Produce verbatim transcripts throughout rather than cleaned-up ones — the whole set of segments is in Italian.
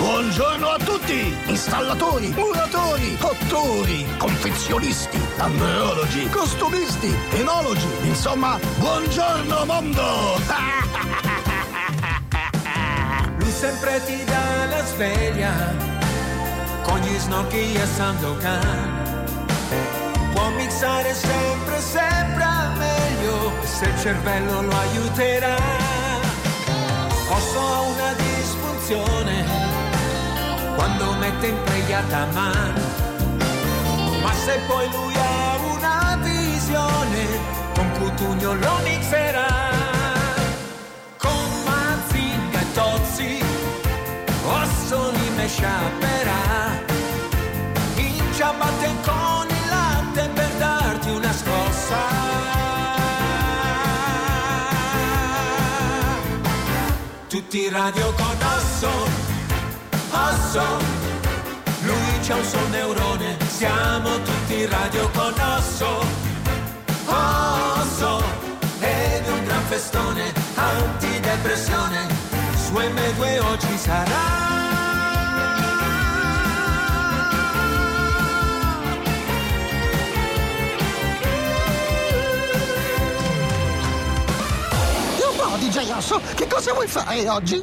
Buongiorno a tutti! Installatori, muratori, cottori, confezionisti, ambrologi, costumisti, enologi, insomma, buongiorno mondo! Lui sempre ti dà la sveglia con gli snocchi e Sandokan. Può mixare sempre, sempre al meglio se il cervello lo aiuterà. Osso ha una disfunzione quando mette in pregliata man, ma se poi lui ha una visione con Cutugno lo mixerà. Con Mazinga e Tozzi Osso li mesciaperà in ciabatte con il latte per darti una scossa. Tutti radio con Osso, Osso, lui c'ha un sol neurone, siamo tutti radio con Osso, Osso, ed è un gran festone, antidepressione, su emme due oggi sarà. D J Osso, che cosa vuoi fare oggi?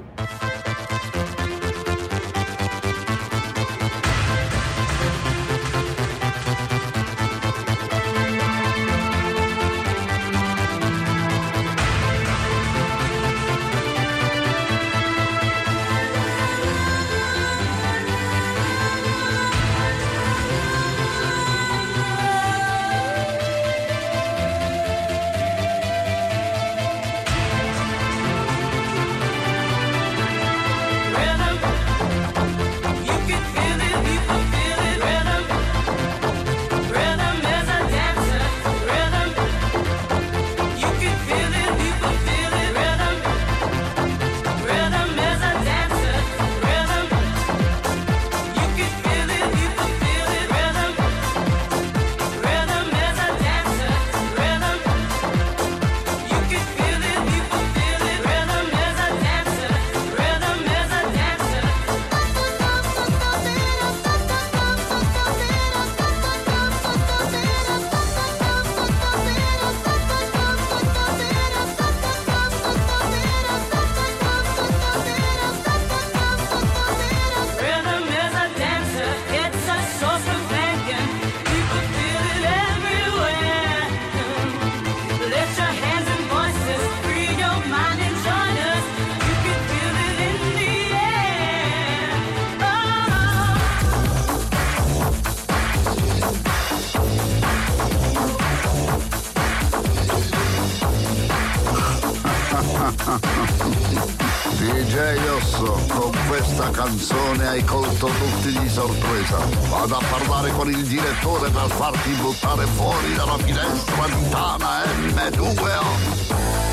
D J Osso, con questa canzone hai colto tutti di sorpresa. Vado a parlare con il direttore per farti buttare fuori dalla finestra di Tana emme due O.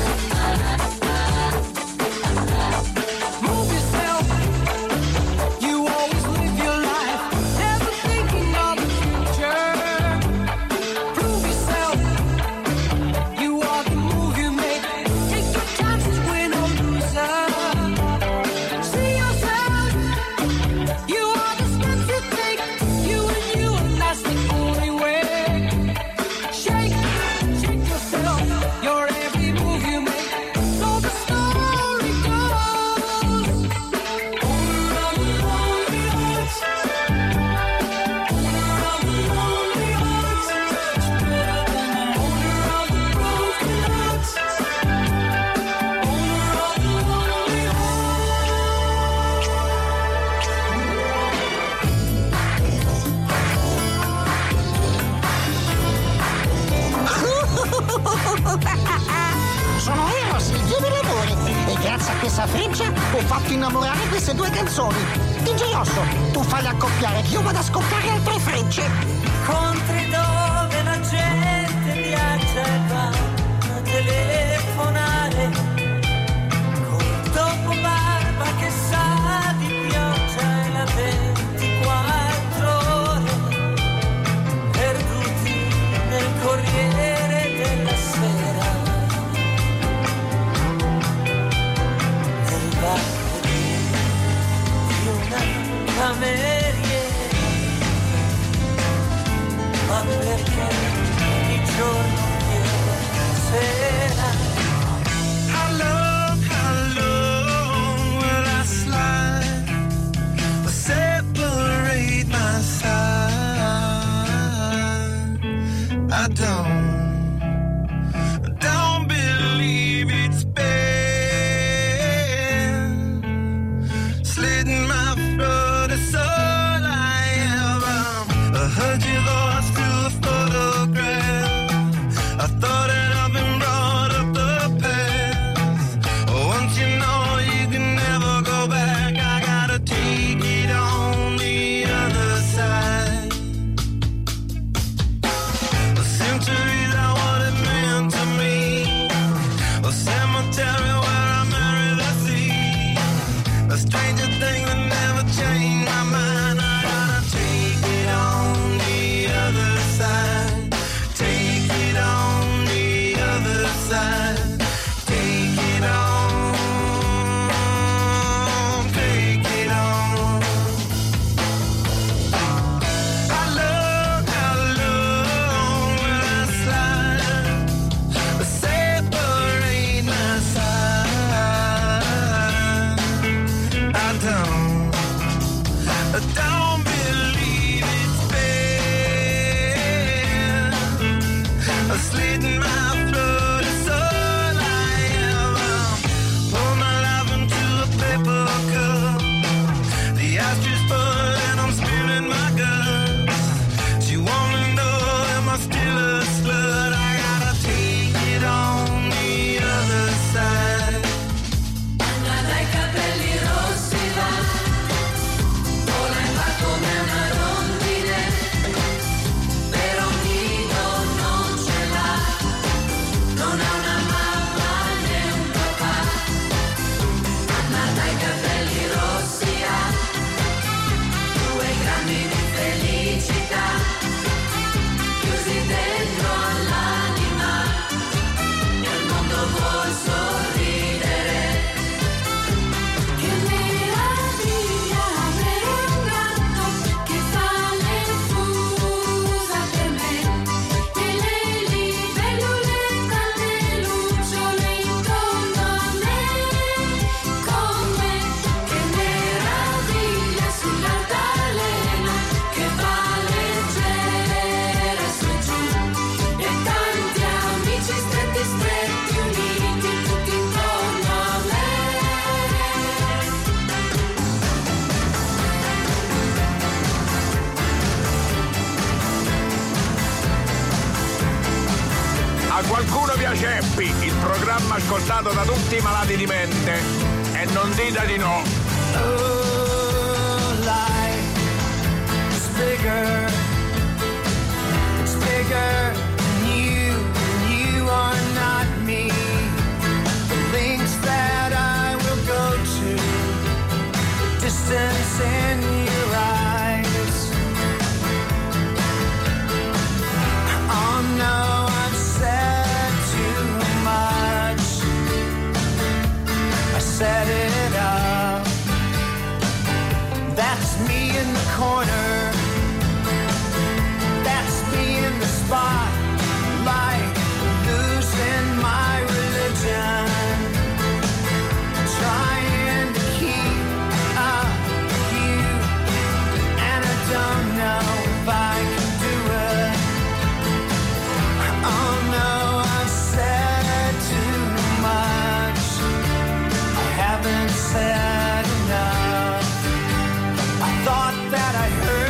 Sono Eros, il dio dei lavori, e grazie a questa freccia ho fatto innamorare queste due canzoni. D J Osso, tu fai accoppiare che io vado a scoccare altre frecce. Contri dove la gente viaggia e va a telefonare, col dopo barba che sa di pioggia e la ventiquattro ore, perduti nel Corriere della Sera, nel bar di una stranger thing that never changed my mind. I gotta take it on the other side. Take it on the other side. Take it on. Take it on. I love how long will I slide? Separate my side. I don't, I don't believe it's fair. I slid in my blood, it's all I am. Pour my life into a paper cup. The ashes full and I'm spilling my guts. She wanna know, am I still a slut? I gotta take it on the other side. Anna dai capelli rossi va, vola in va come una rondine, per un nido non ce l'ha, non ha una mamma né un papà. Anna dai capelli rossi ha, due grammi di felicità, chiusi dentro all'anima, e il mondo vuol sorridere. Che meraviglia avere un gatto che fa l'infusa per me, e le libellule tante lucciole intorno a me, con me. Che meraviglia sull'altalena che va leggera su e giù, e tanti amici stretti stretti uniti tutti intorno a me. A qualcuno piace Happy, il programma ascoltato da tutti i malati di mente. E non dite di no. Oh, life is bigger. It's bigger than you, and you are not me. The links that I will go to, the distance in your eyes. Oh no, I've said too much. I set it up. That's me in the corner. That's me in the spotlight, losing my religion, trying to keep up with you, and I don't know if I can do it. Oh no, I've said too much. I haven't said enough. I thought that I heard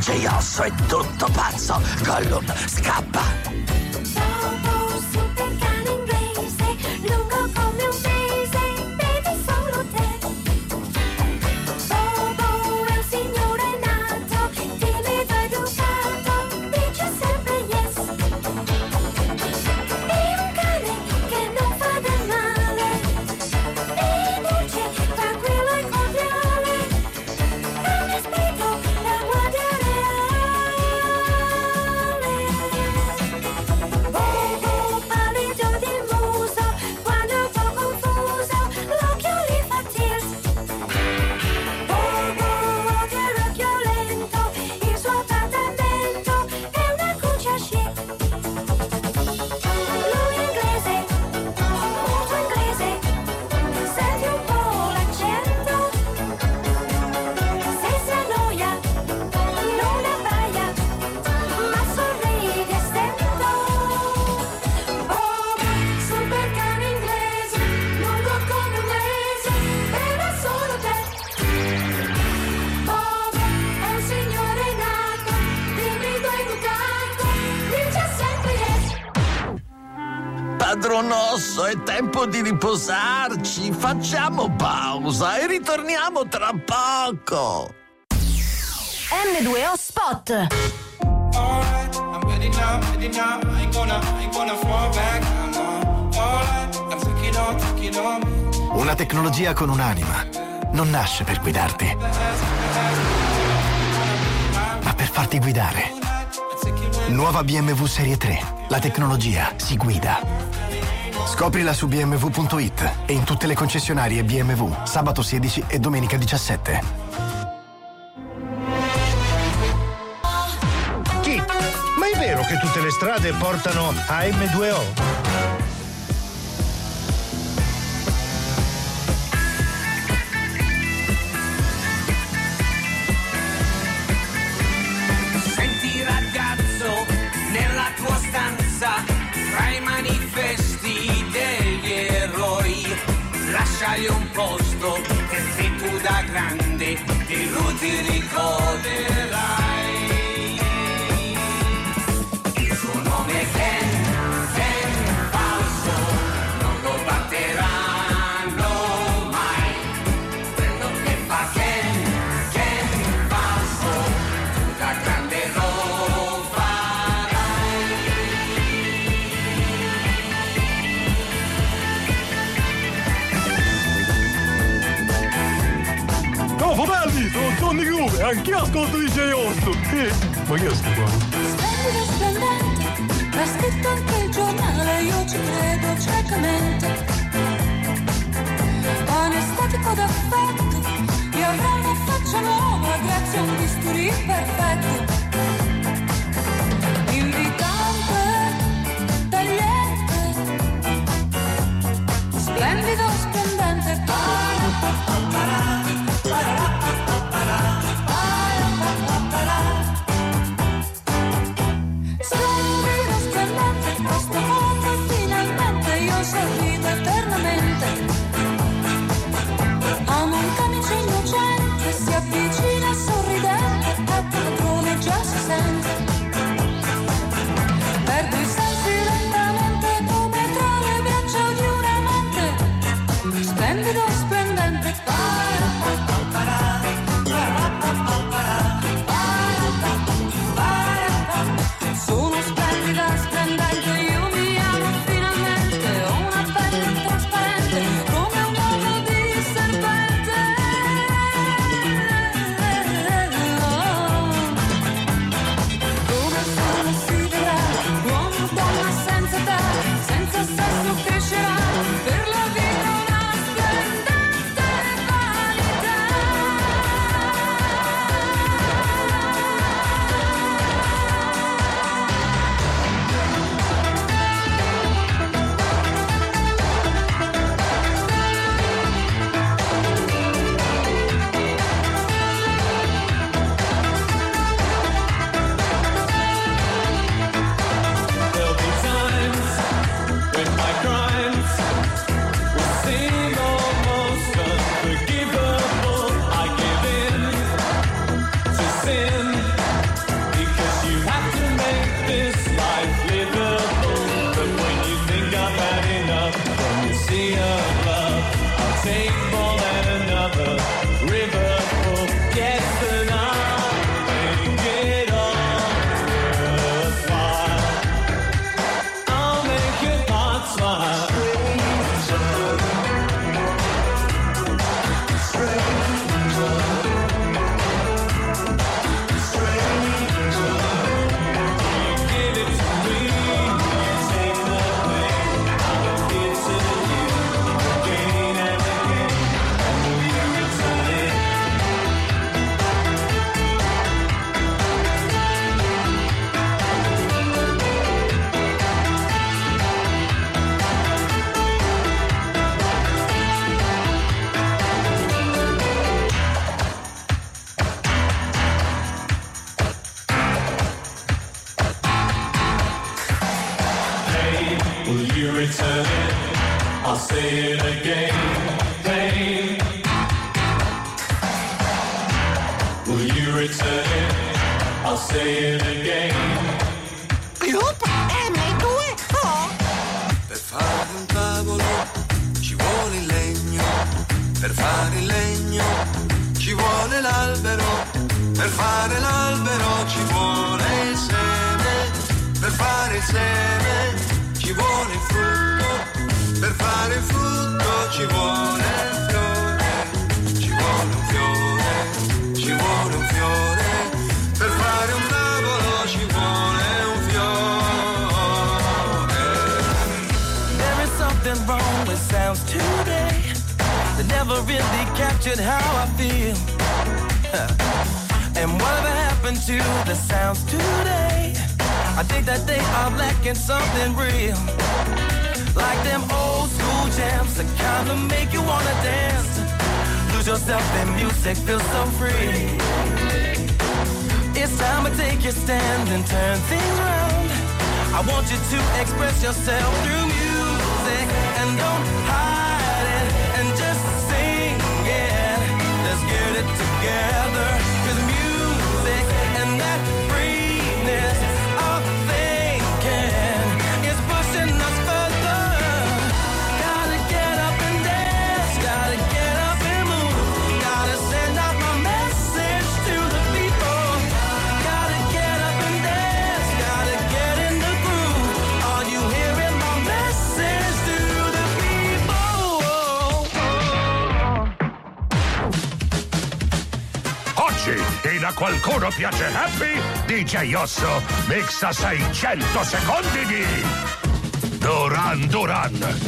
D J Osso è tutto pazzo. Gollum scappa. Bobo, super cane inglese, lungo come un mese, vedi solo te. Bobo è un signore nato, timido educato, dice sempre yes. È un cane che non fa del male, è dolce, tranquillo e cordiale, è un spirito da guardia reale. Bobo pallido di muso, quando è un po' confuso, l'occhio gli fa tilt. Bobo odia il occhio lento, il suo trattamento è una cuccia chic. Lui è inglese, molto inglese, senti un po' l'accento. Se si annoia, non abbaia, ma sorride stento. Bobo, super cane inglese, lungo come un mese, beve solo te. Bobo è un signore nato, timido e educato, dice sempre yes. Padron Osso, è tempo di riposarci. Facciamo pausa e ritorniamo tra poco. M due O Spot. Alright, I'm ready now, ready now. I ain't gonna, I ain't gonna fall back. I'm on. Alright, I'm taking on, taking on me. Una tecnologia con un'anima non nasce per guidarti, ma per farti guidare. Nuova B M W Serie tre. La tecnologia si guida. Scoprila su b m w punto i t e in tutte le concessionarie B M W sabato sedici e domenica diciassette. Chi? Ma è vero che tutte le strade portano a M due O? Senti ragazzo, nella tua stanza, tra i manifesti degli eroi, lasciagli un posto perché tu da grande di lui ti ricorderai. Il suo nome è Ken, Ken Falco, non lo batteranno mai. Quello che fa Ken, Ken Falco, tu da grande lo farai. Oh, fratelli, sono Johnny Groove, anch'io ascolto D J Osso. Eh, ma che è sto qua? Splendido, splendente, l'ha scritto anche il giornale, io ci credo ciecamente. Anestetico d'affetto, io avrò una faccia nuova grazie a un bisturi perfetto. Invitante, tagliente, splendido, splendente. Para, pa, pa, para, para, pa, pa, para, para, pa, pa, para. Splendido, splendente, questo mondo finalmente io sorrido eternamente. Amo un camice innocente, si avvicina sorridente, è padrone I'll say it again. Club M due O. Per fare un tavolo ci vuole il legno, per fare il legno ci vuole l'albero, per fare l'albero ci vuole il seme, per fare il seme ci vuole il frutto, per fare il frutto ci vuole il fiore, ci vuole un fiore, ci vuole un fiore, per fare un tavolo ci vuole un fiore. There is something wrong with sounds today that never really captured how I feel. And whatever happened to the sounds today? I think that they are lacking something real. Like them old school jams, the kind that make you wanna dance. Lose yourself in music, feel so free. It's time to take your stand and turn things around. I want you to express yourself through music and don't hide it and just sing it. Let's get it together, 'cause music and that freeness of thinking is pushing us further. Gotta get up and dance, gotta get up and move, gotta send out my message to the people. Gotta get up and dance, gotta get in the groove. Are you hearing my message to the people? Oggi, in A Qualcuno Piace Happy, D J Osso mixa seicento secondi di Duran Duran.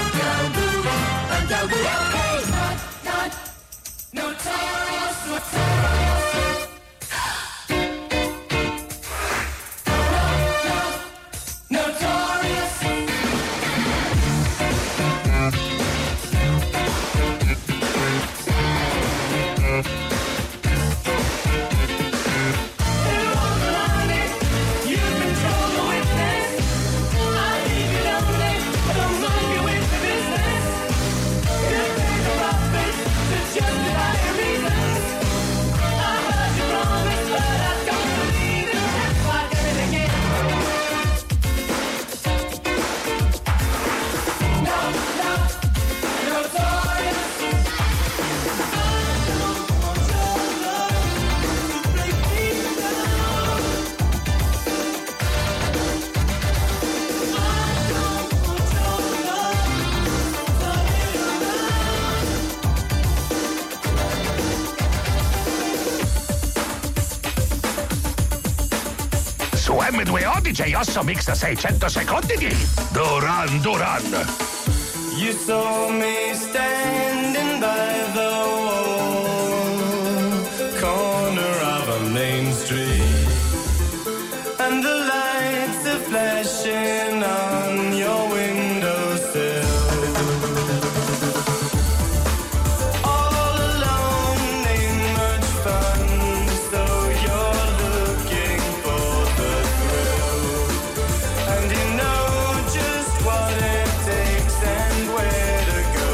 Su M due O D J Osso mixa seicento secondi di Duran Duran. You saw me standing by the wall, corner of a main street, and the lights are flashing on your windowsill. All alone ain't much fun, so you're looking for the thrill, and you know just what it takes and where to go.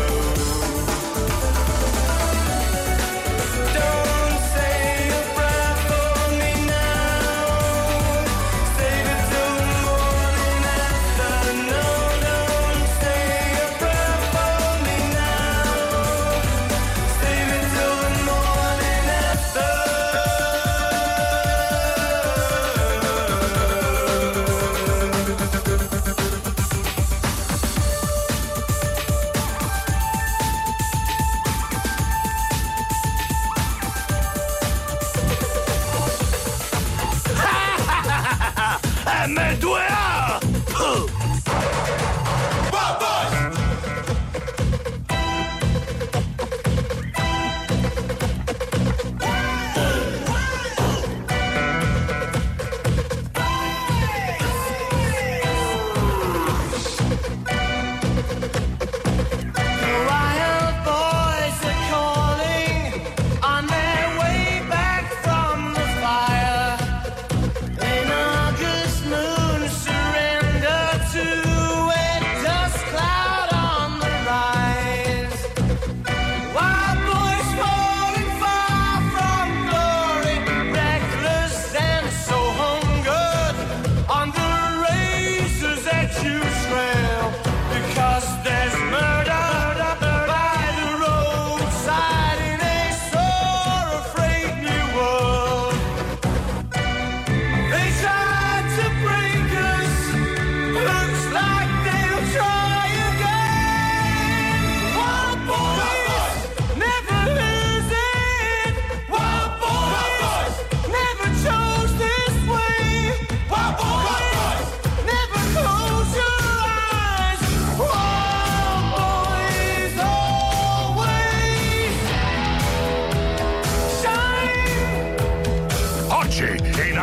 Don't say a prayer for me now, save it till the morning after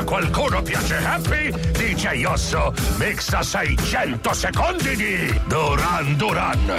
qualcuno piace Happy, D J Osso mixa seicento secondi di Duran Duran.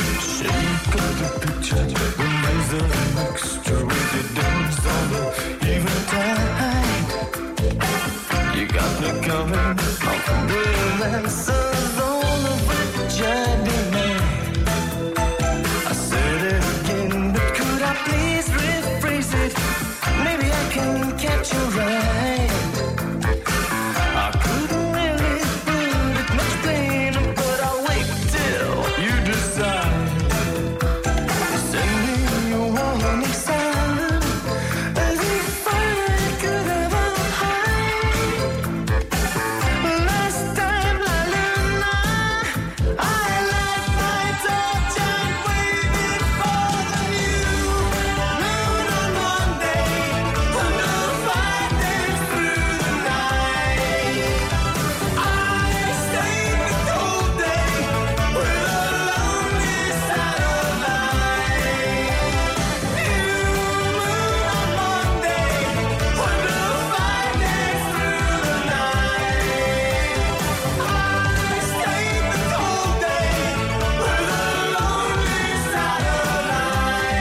You got me coming off real answers on the Virginia man. I said it again, but could I please rephrase it? Maybe I can catch you right. I couldn't really put it much plainer, but I'll wait till you decide. Send me your warning sign, as if I could ever hide. Last time I learned I, I left my touch and waited for the new moon on Monday, under five days through the night. I stayed the cold day with a lonely satellite. New moon on Monday, under five days through the night. I stayed the cold day with a lonely satellite.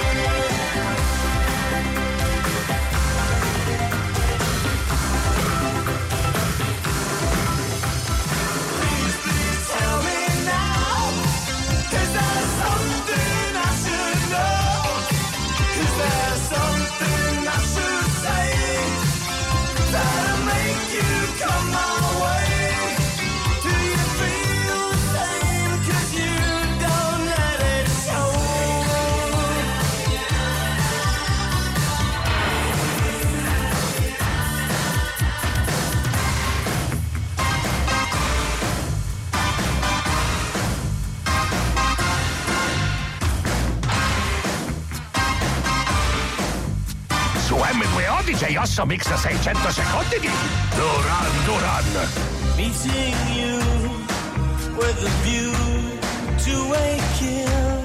Please, please tell me now, is there something I should know? Is there something I should say that'll make you come my way? Do you feel the same? 'Cause you don't let it show. Su M due O D J Osso mixa seicento secondi di Duran Duran. Meeting you with a view to a kill.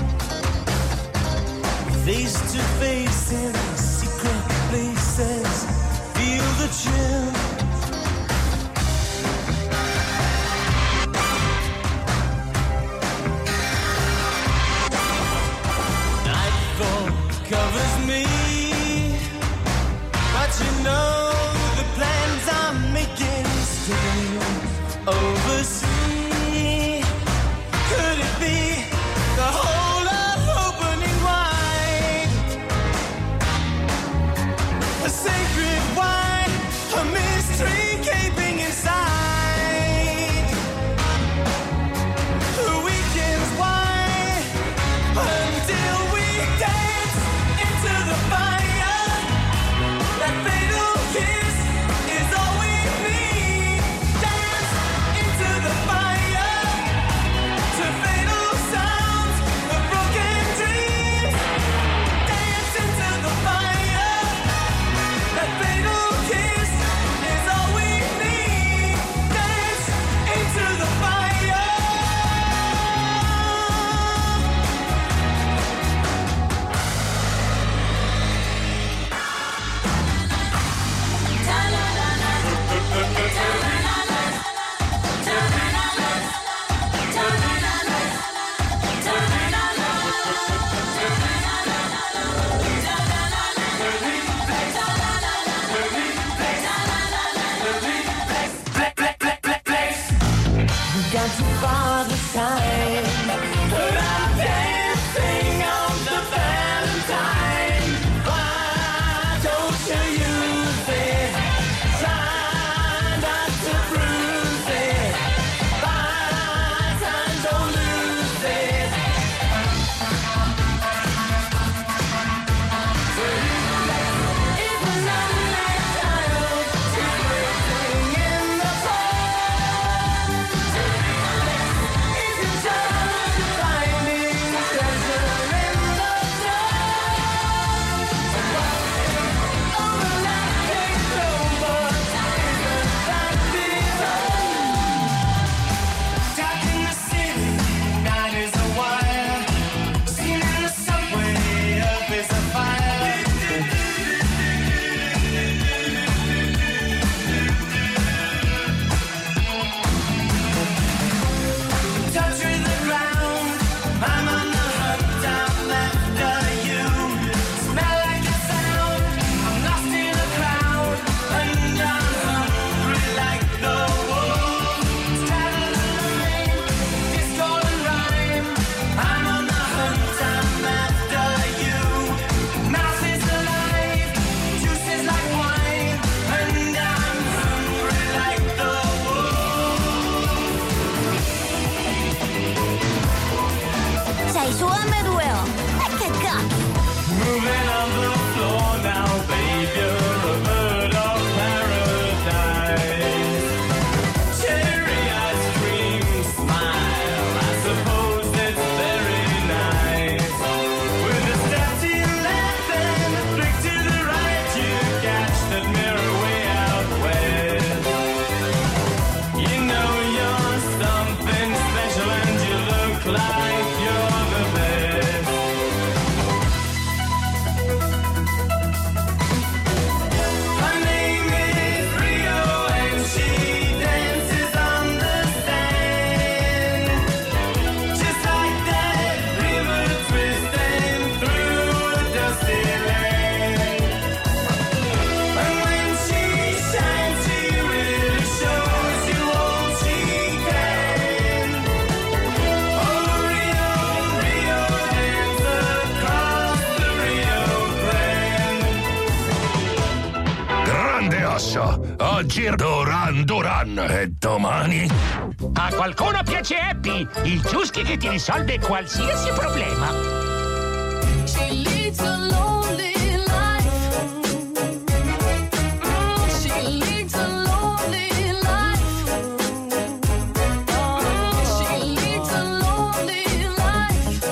Face to face in secret places. Feel the chill. Nightfall covers me, but you know the plans I'm making still oversee. Could it be the whole of opening wide? A sacred wine, a mystery gaping inside. The weekend's wine until we dance into the fire. That fatal kiss is all we need. Osso. Oggi Duran Duran e domani... A qualcuno piace Happy, il ciuschi che ti risolve qualsiasi problema. She leads a lonely life. Mm, she leads a lonely life. Mm, she leads a lonely life.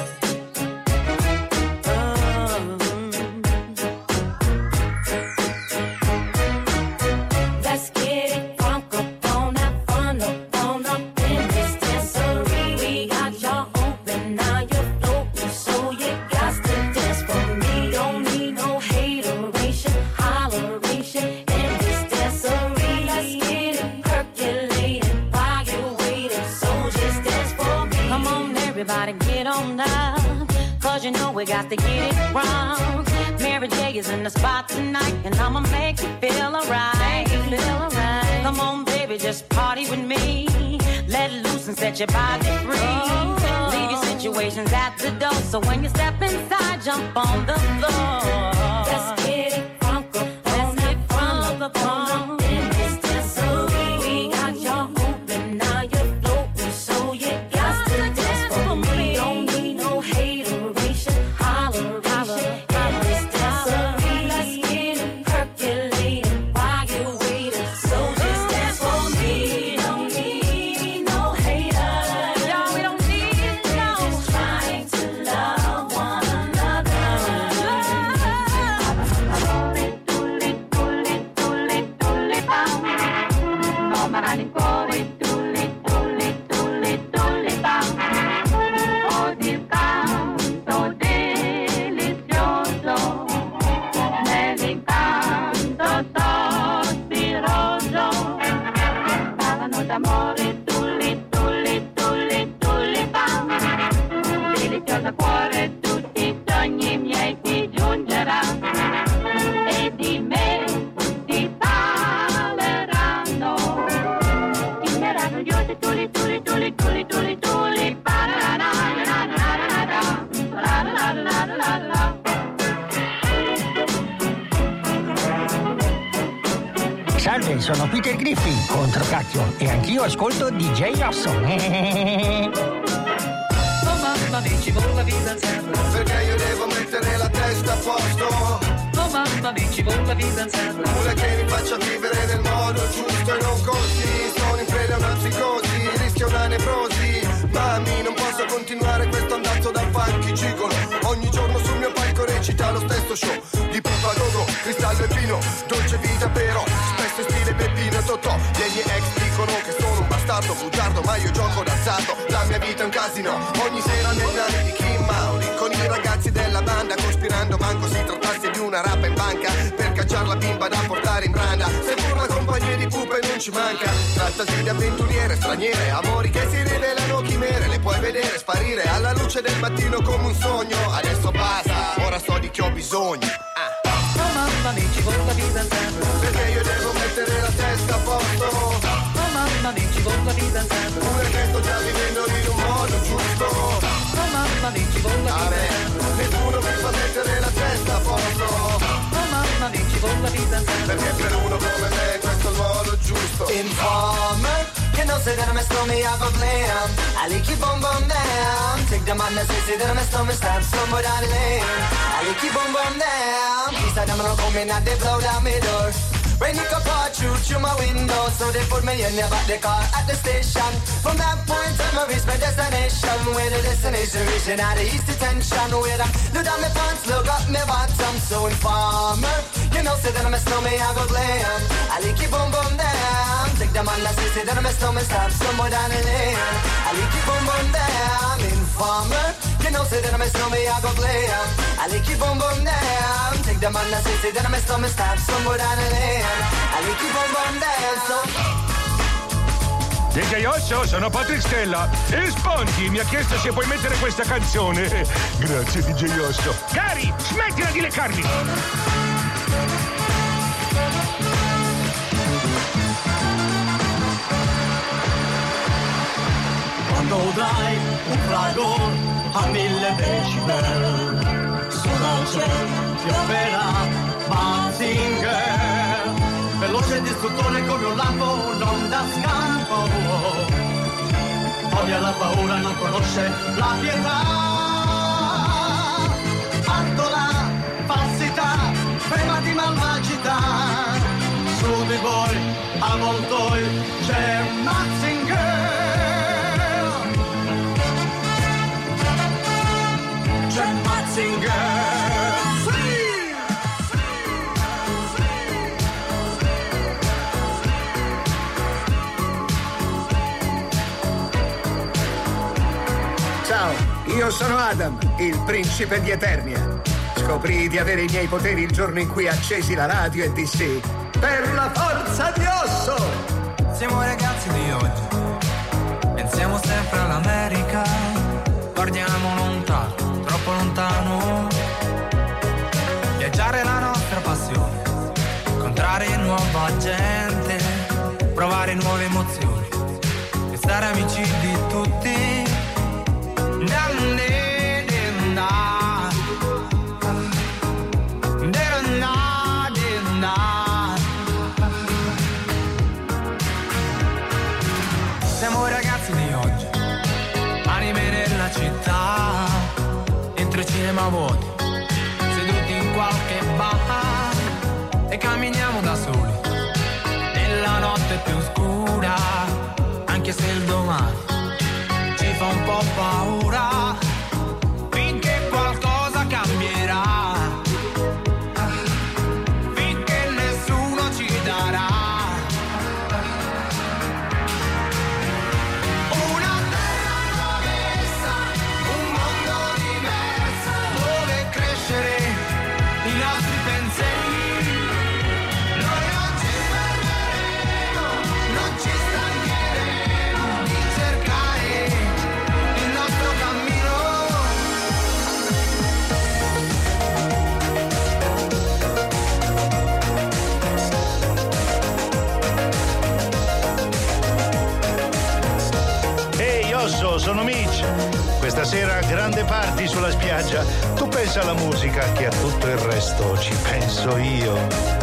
Let's get it crunk up on that fun up on up in this dancery. We got y'all open, now you're floating, so you got to dance for me. Don't need no hateration, holleration in this dancery. Let's get it percolating while you're waiting, so just dance for me. Come on, everybody, get on down, cause you know we got to get it wrong. Mary J is in the spot tonight, and I'ma make you feel alright. Feel alright. Come on, baby, just party with me. Let loose and set your body free. Leave your situations at the door, so when you step inside, jump on the floor. Let's get it crunk up, let's get crunk up on in this dancery. We got y'all open, now you're floating, so you got to dance for me. Don't need no hateration, holleration in this dancery. Let's get it percolating while you're waiting, so just dance for me. Don't need no haters, no, we don't need no. We're just trying to love one another. d'amore, tulli, tulli, tulli, tulli, pam. Delizioso cuore, tutti i sogni miei ti giungeranno e di me ti parleranno. I meravigliosi tulli, tulli, tulli, tulli, tulli, tulli, Salve, sono Peter Griffin, controcacchio, e anch'io ascolto D J Osso. Oh mamma mia, ci vuole la fidanzata, perché io devo mettere la testa a posto. Oh mamma mia, ci vuole la fidanzata, una che mi faccia vivere nel modo giusto e non così. Sono in preda a una psicosi, rischio una nevrosi. Mami, non posso continuare questo andazzo da funky gigolo. Ogni giorno sul mio palco recita lo stesso show di pipa, dogo, cristallo e vino, dolce vita però spesso in stile Peppino e Totò. Le mie ex dicono che sono un bastardo bugiardo, ma io gioco d'azzardo, la mia vita è un casino. Ogni sera nel navi di Kim Mauri con i ragazzi della banda, cospirando manco si trattasse di una rappa in banca per cacciare la bimba da portare in branda. Se pur la compagnia di pupe non ci manca, trattasi di avventuriere straniere, amori che si rivelano chimere, le puoi vedere sparire alla luce del mattino come un sogno. Adesso basta, ora so di chi ho bisogno. Ah. Oh mamma mia, ci vuole la fidanzata, perché io devo mettere la testa a posto. Oh mamma mia, ci vuole la fidanzata, pure che sto già vivendo in un modo giusto. Oh mamma mia, ci vuole la fidanzata, nessuno mi fa mettere la testa a posto. Oh mamma mia, ci vuole la fidanzata, perché per uno come me questo è il modo giusto. Informer, you know say that I'm a stormy, I go glam. I like you boom boom down. Take the man that say say that I'm a stormy, stab somewhere down the lane. I like you boom boom down. He said I'm gonna come in and they blow down my door. Rain it could pour through through my window, so they put me in the back the car at the station. From that point on I reached my destination, where the destination reaching out the east detention. Where I look down my pants, look up my bottom. So informer, you know say that I'm a snowman, I go glam. I like you boom boom down. Take the man that say say that I'm a snowman, stop somewhere down the lane. I like you boom boom down. Informer, you know say that I'm a snowman, I go glam. I like you boom boom down. Take the man that say say that I'm a snowman, stop somewhere down the lane. D J Osso, sono Patrick Stella e Sponti mi ha chiesto se puoi mettere questa canzone. Grazie D J Osso. Gary, smettila di leccarmi. Quando dai un fragor a mille decibel, sulla cielo ti offrirà Mazinger. Veloce distruttore come un lampo, non dà scampo. Odia la paura, non conosce la pietà. Atto la falsità, prima di malvagità. Su di voi, avvoltoi, c'è Mazinger. C'è Mazinger. Ciao, io sono Adam, il principe di Eternia. Scoprii di avere i miei poteri il giorno in cui accesi la radio e dissi: per la forza di Osso! Siamo ragazzi di oggi, pensiamo sempre all'America, guardiamo lontano, troppo lontano. Viaggiare è la nostra passione, incontrare nuova gente, provare nuove emozioni e stare amici di tutti. Siamo ragazzi di oggi, anime nella città, dentro cinema vuoti, seduti in qualche bar e camminiamo da soli nella notte più scura, anche se il domani ci fa un po' paura, finché qualcosa cambierà, finché nessuno ci darà una terra promessa, un mondo diverso, dove crescere i nostri pensieri. Noi non ci fermeremo, non ci stancheremo di cercare il nostro cammino. Ehi Osso, sono Mitch. Questa sera grande party sulla spiaggia. Tu pensa alla musica, che a tutto il resto ci penso io.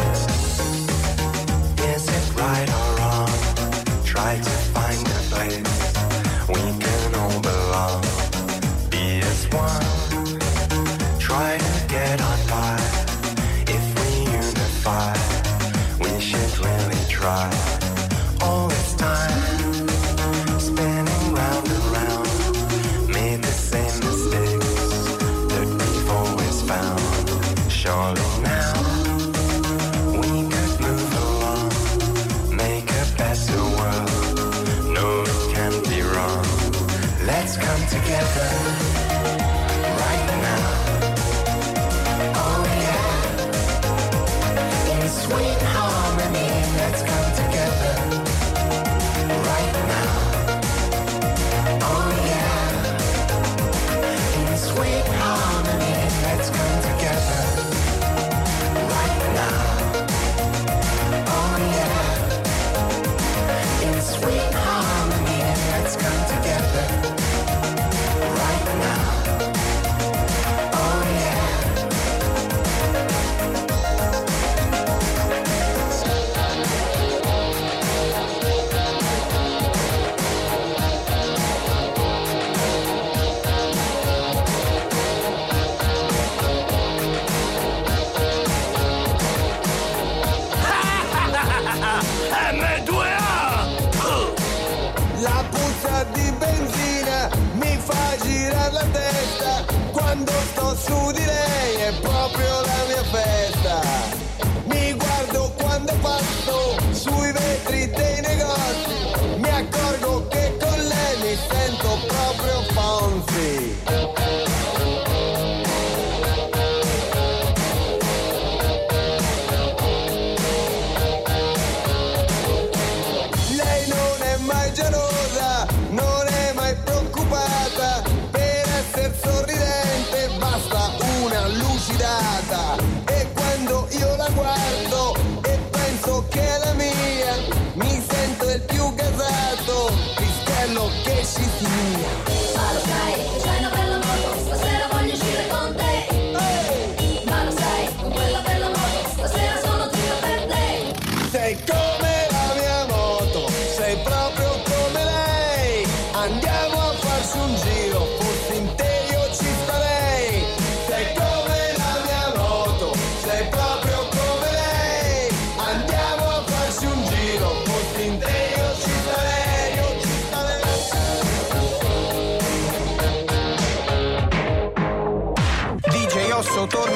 Is it right or wrong? Try to find a place we can all belong. Be as one. Try to get on by. If we unify, we should really try. All this time, spinning round and round, made the same mistakes that we've always found. Surely now we could move along, make a better world. No, it can't be wrong. Let's come together right now. Oh yeah, in sweet harmony. Let's come together right now. Oh yeah, in sweet harmony. Let's come together right now. Oh yeah, in sweet harmony. Let's come together right now. Oh yeah. emme due a! La puzza di benzina mi fa girare la testa. Quando sto su di lei è proprio la mia festa. Mi guardo quando passo sui vetri dei negozi. Mi accorgo che con lei mi sento proprio Fonzi. Lei non è mai gelosa, non è mai preoccupata. Per essere sorridente basta una lucida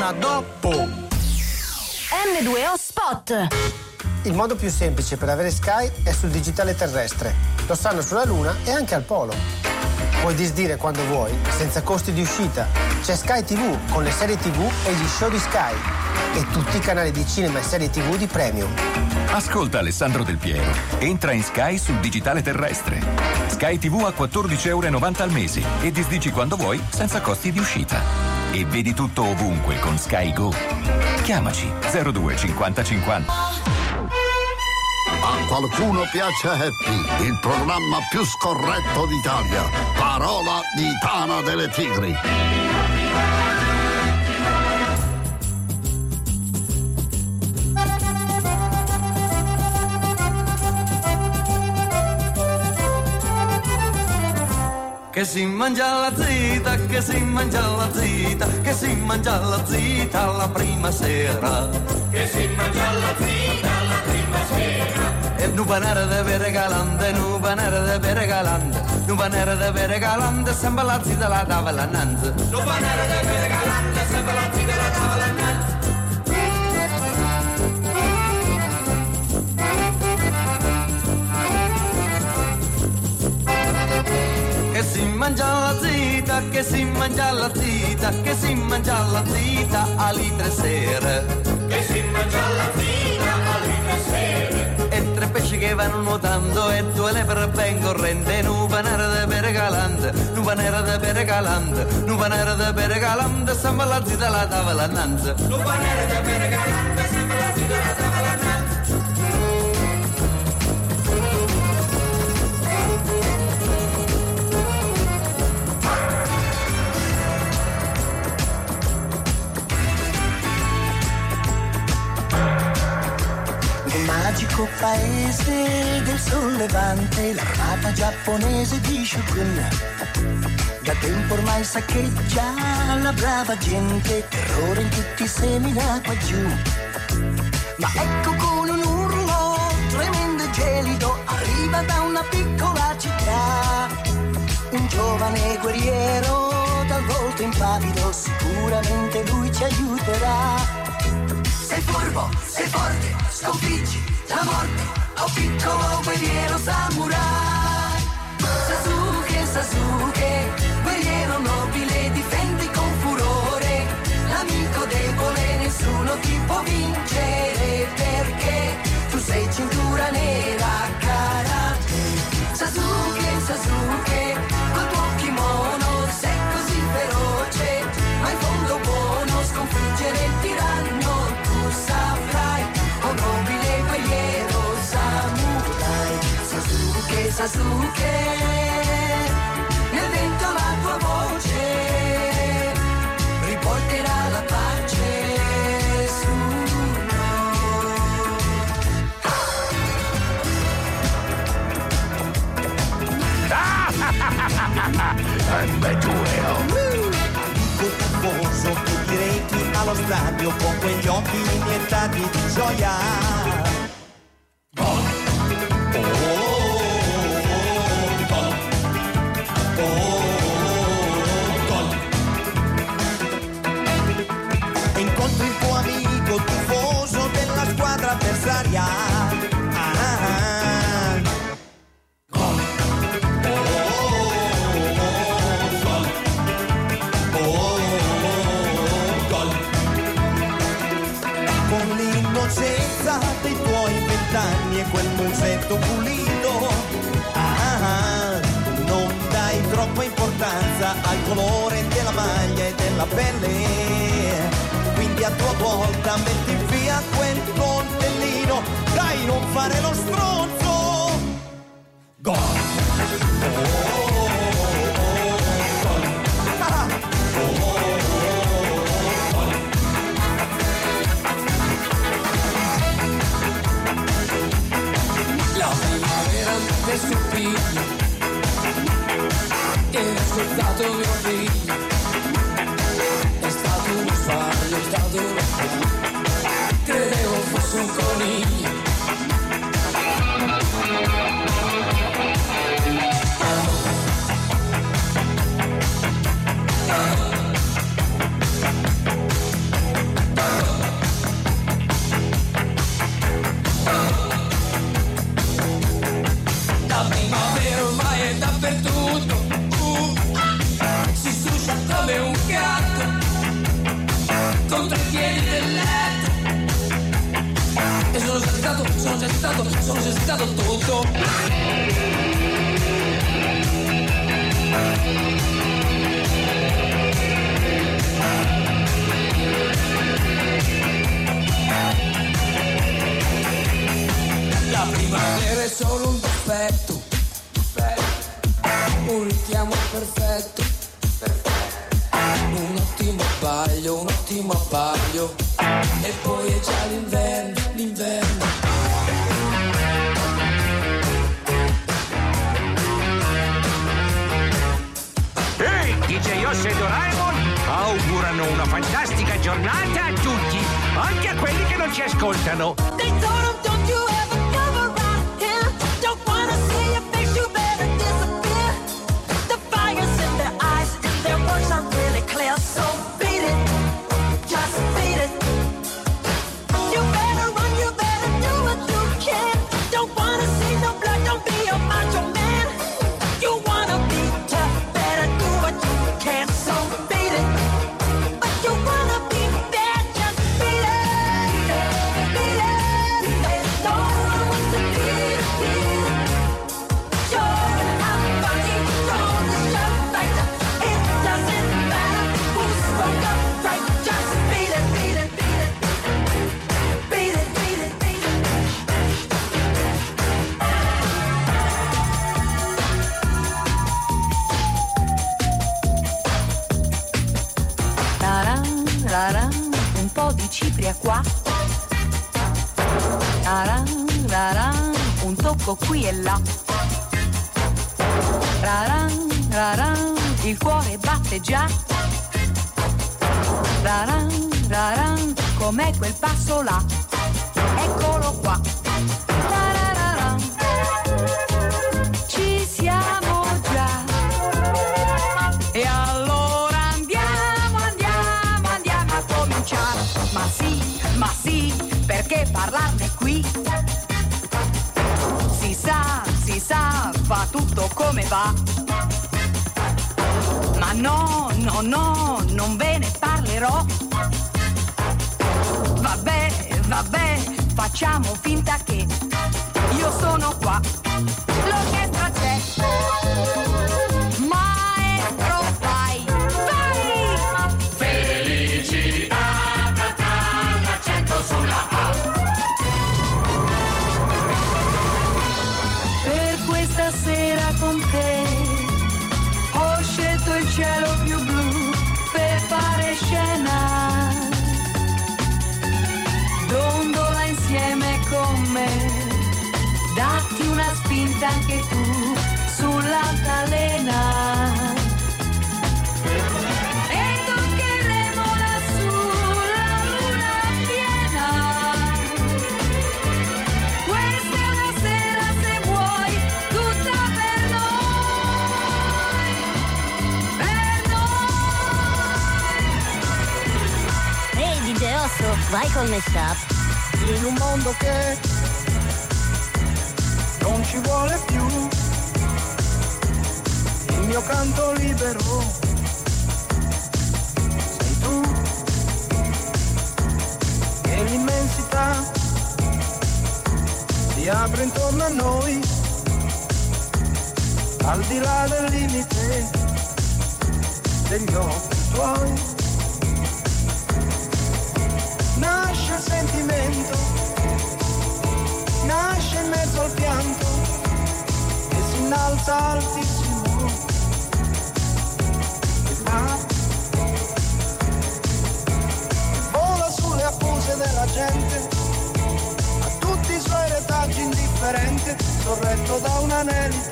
torna dopo. M due O Spot. Il modo più semplice per avere Sky è sul digitale terrestre. Lo stanno sulla Luna e anche al Polo. Puoi disdire quando vuoi, senza costi di uscita. C'è Sky tivù con le serie tivù e gli show di Sky. E tutti i canali di cinema e serie tivù di premium. Ascolta Alessandro Del Piero. Entra in Sky sul digitale terrestre. Sky tivù a quattordici e novanta euro al mese e disdici quando vuoi senza costi di uscita. E vedi tutto ovunque con Sky Go. Chiamaci zero due cinquanta cinquanta. A qualcuno piace Happy, il programma più scorretto d'Italia. Parola di Tana delle Tigri. Che si mangia la zita, che si mangia la zita, che si mangia la zita la prima sera. Che si mangia la zita la prima sera. E nu panere de bere galante, nu panere de bere galante, nu panere de bere galante, sembra la zita la tavola annanzi. Nu panere de bere galante, sembra la zita la tavola annanzi. Che si mangia la zita, che si mangia la zita, che si mangia la zita alle tre sere. Che si mangia la zita alle tre sere. E tre pesci che vanno nuotando e due lepre ben corrente. Nu panere de bere galante, nu panere de bere galante, nu panere de bere galante, sembra la zita la tavola annanzi. Nu panere de bere galante, sembra la zita la tavola annanzi. Magico paese del sollevante, l'armata giapponese di Shogun da tempo ormai saccheggia la brava gente, terrore in tutti semina qua giù. Ma ecco con un urlo tremendo e gelido arriva da una piccola città un giovane guerriero dal volto impavido, sicuramente lui ci aiuterà. Sei furbo, sei forte, sconfiggi la morte, oh piccolo guerriero samurai. Sasuke, Sasuke, guerriero nobile, difendi con furore. L'amico debole nessuno ti può vincere, perché tu sei cintura nera karate. Sasuke, Sasuke, col tuo kimono sei così feroce, ma in fondo buono, sconfiggere il tiranno tu saprai, oh nobile guerriero samurai. Sasuke, Sasuke, nel vento la tua voce riporterà la pace su M due O. Confuso più diretti allo stadio con quegli occhi iniettati di gioia. Gol. Incontri il tuo amico tifoso della squadra avversaria. Ah, gol. Con l'innocenza dei tuoi vent'anni e quel musetto pulito, ah, non dai troppa importanza al colore della maglia e della pelle, quindi a tua volta metti via quel coltellino, dai non fare lo stronzo. Gol. Del suo figlio, era scordato mio figlio, è stato uno sbaglio, è stato uno sbaglio, credevo fosse un coniglio. stato, sono già stato, sono già stato tutto. La primavera è solo un difetto, un richiamo perfetto, un ottimo abbaglio, un ottimo abbaglio, e poi è già l'inverno, l'inverno. Ehi, D J Osso e Doraemon augurano una fantastica giornata a tutti, anche a quelli che non ci ascoltano. They told him, don't you ever come around here. Don't wanna see your face, you better disappear. The fire's in their eyes, their words are really clear. So beat it, just beat it. You better run, you better do what you can. Don't wanna see no blood, don't be a macho man. You wanna be tough, better do what you can. So beat it, but you wanna be bad, just beat it. Beat it, beat it. No one wants to beat it, beat it. Sure, I'm funny, don't deserve right. It doesn't matter who spoke up right. Just beat it, beat it, beat it. Beat it, beat it, beat it. Taran, raran, un po' di cipria qua. Taran, raran, un tocco qui e là. Raran, raran, il cuore batte già. Raran, raran, com'è quel passo là? Eccolo qua. Tarararan, ci siamo già. E allora andiamo, andiamo, andiamo a cominciare. Ma sì, ma sì, perché parlarne qui? Si sa, si sa, va tutto come va. Ma no, no, no, non ve ne parlerò. Vabbè, vabbè, facciamo finta che io sono qua. L'orchestra c'è. Maestro, vai, vai! Felicità, l'accento sulla A. Per questa sera con te ho scelto il cielo più blu per fare scena. Dondola insieme con me, datti una spinta anche tu sull'altalena. E toccheremo lassù la luna piena. Questa è una sera, se vuoi, tutta per noi, per noi. Ehi D J Osso, vai col mashup. In un mondo che non ci vuole più, il mio canto libero sei tu, e l'immensità si apre intorno a noi, al di là del limite degli occhi tuoi. Nasce il sentimento, nasce in mezzo al pianto e si innalza altissimo e va, vola sulle accuse della gente, a tutti i suoi retaggi indifferente, sorretto da un anelito.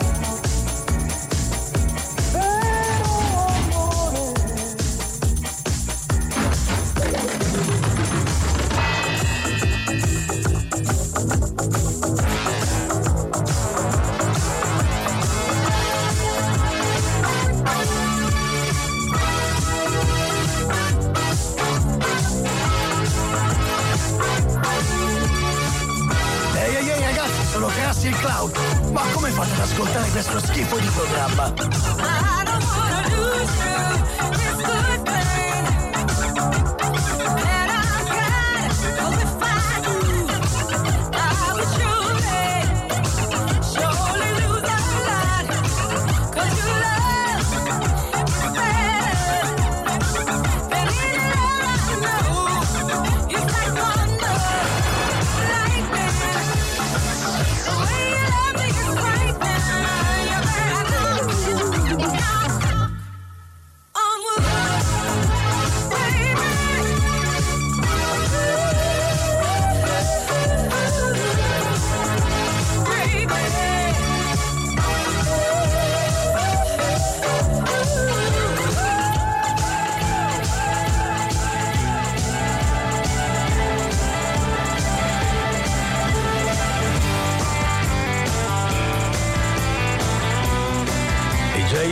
Sono Cassi il Cloud, ma come fate ad ascoltare questo schifo di programma? I don't wanna lose you, this good thing that I've got. Oh, if I do,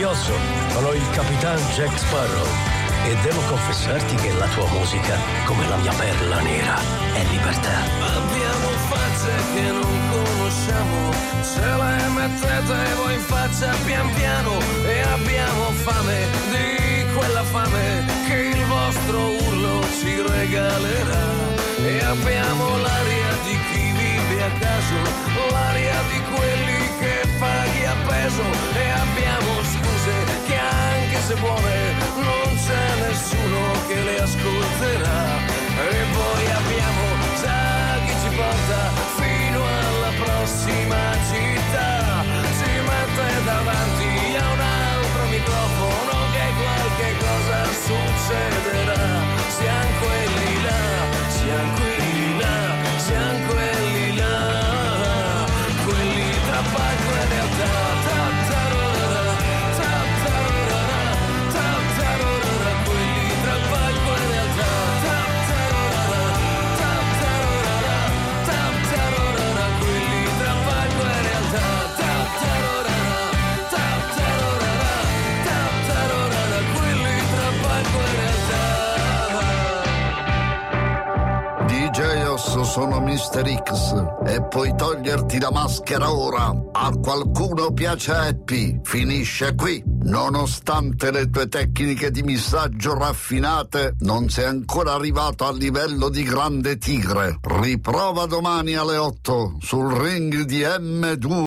Osso, sono il Capitan Jack Sparrow e devo confessarti che la tua musica, come la mia perla nera, è libertà. Abbiamo facce che non conosciamo, ce le mettete voi in faccia pian piano e abbiamo fame di quella fame che il vostro urlo ci regalerà. E abbiamo l'aria di chi vive a caso, l'aria di quelli che paghi a peso. E abbiamo scuse che anche se buone non c'è nessuno che le ascolterà. E poi abbiamo già chi ci porta fino alla prossima città. Si mette davanti a un altro microfono che qualche cosa succederà. Siamo quelli là, siamo quelli là, siamo quelli là, quelli tra palco e realtà. Ta-ta-ra-ra, ta-ta-ra-ra, ta-ta-ra-ra, quelli tra palco e realtà. Ta-ta-ra-ra, ta-ta-ra-ra, ta-ta-ra-ra, quelli tra palco e realtà. Ta-ta-ra-ra, ta-ta-ra-ra, ta-ta-ra-ra, quelli tra palco e realtà. D J Osso, sono mister X e puoi toglierti la maschera ora. A qualcuno piace Happy, finisce qui. Nonostante le tue tecniche di missaggio raffinate, non sei ancora arrivato al livello di Grande Tigre. Riprova domani alle otto sul ring di M due.